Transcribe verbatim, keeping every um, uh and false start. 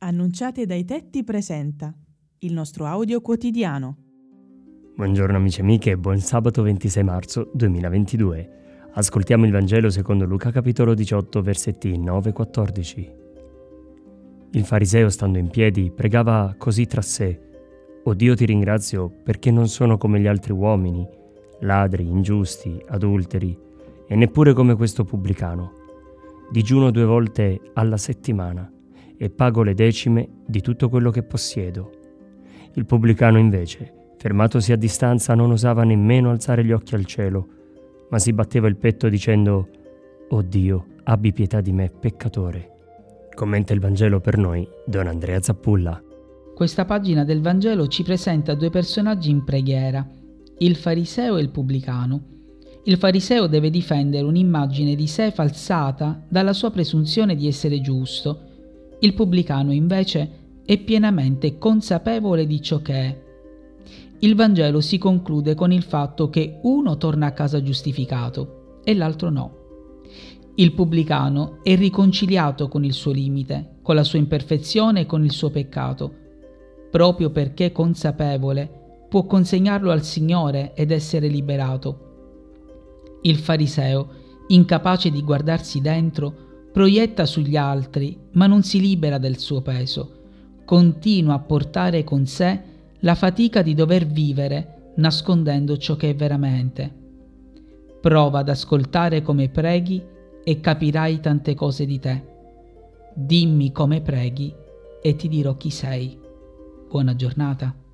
Annunciate dai tetti presenta il nostro audio quotidiano. Buongiorno amici e amiche e buon sabato ventisei marzo duemilaventidue. Ascoltiamo il Vangelo secondo Luca capitolo diciotto versetti nove quattordici. Il fariseo, stando in piedi, pregava così tra sé: «O Dio, ti ringrazio perché non sono come gli altri uomini, ladri, ingiusti, adulteri, e neppure come questo pubblicano. Digiuno due volte alla settimana e pago le decime di tutto quello che possiedo». Il pubblicano invece, fermatosi a distanza, non osava nemmeno alzare gli occhi al cielo, ma si batteva il petto dicendo: «O Dio, abbi pietà di me, peccatore». Commenta il Vangelo per noi Don Andrea Zappulla. Questa pagina del Vangelo ci presenta due personaggi in preghiera, il fariseo e il pubblicano. Il fariseo deve difendere un'immagine di sé falsata dalla sua presunzione di essere giusto. Il pubblicano invece è pienamente consapevole di ciò che è. Il Vangelo si conclude con il fatto che uno torna a casa giustificato e l'altro no. Il pubblicano è riconciliato con il suo limite, con la sua imperfezione e con il suo peccato. Proprio perché consapevole, può consegnarlo al Signore ed essere liberato. Il fariseo, incapace di guardarsi dentro, proietta sugli altri, ma non si libera del suo peso. Continua a portare con sé la fatica di dover vivere, nascondendo ciò che è veramente. Prova ad ascoltare come preghi e capirai tante cose di te. Dimmi come preghi e ti dirò chi sei. Buona giornata.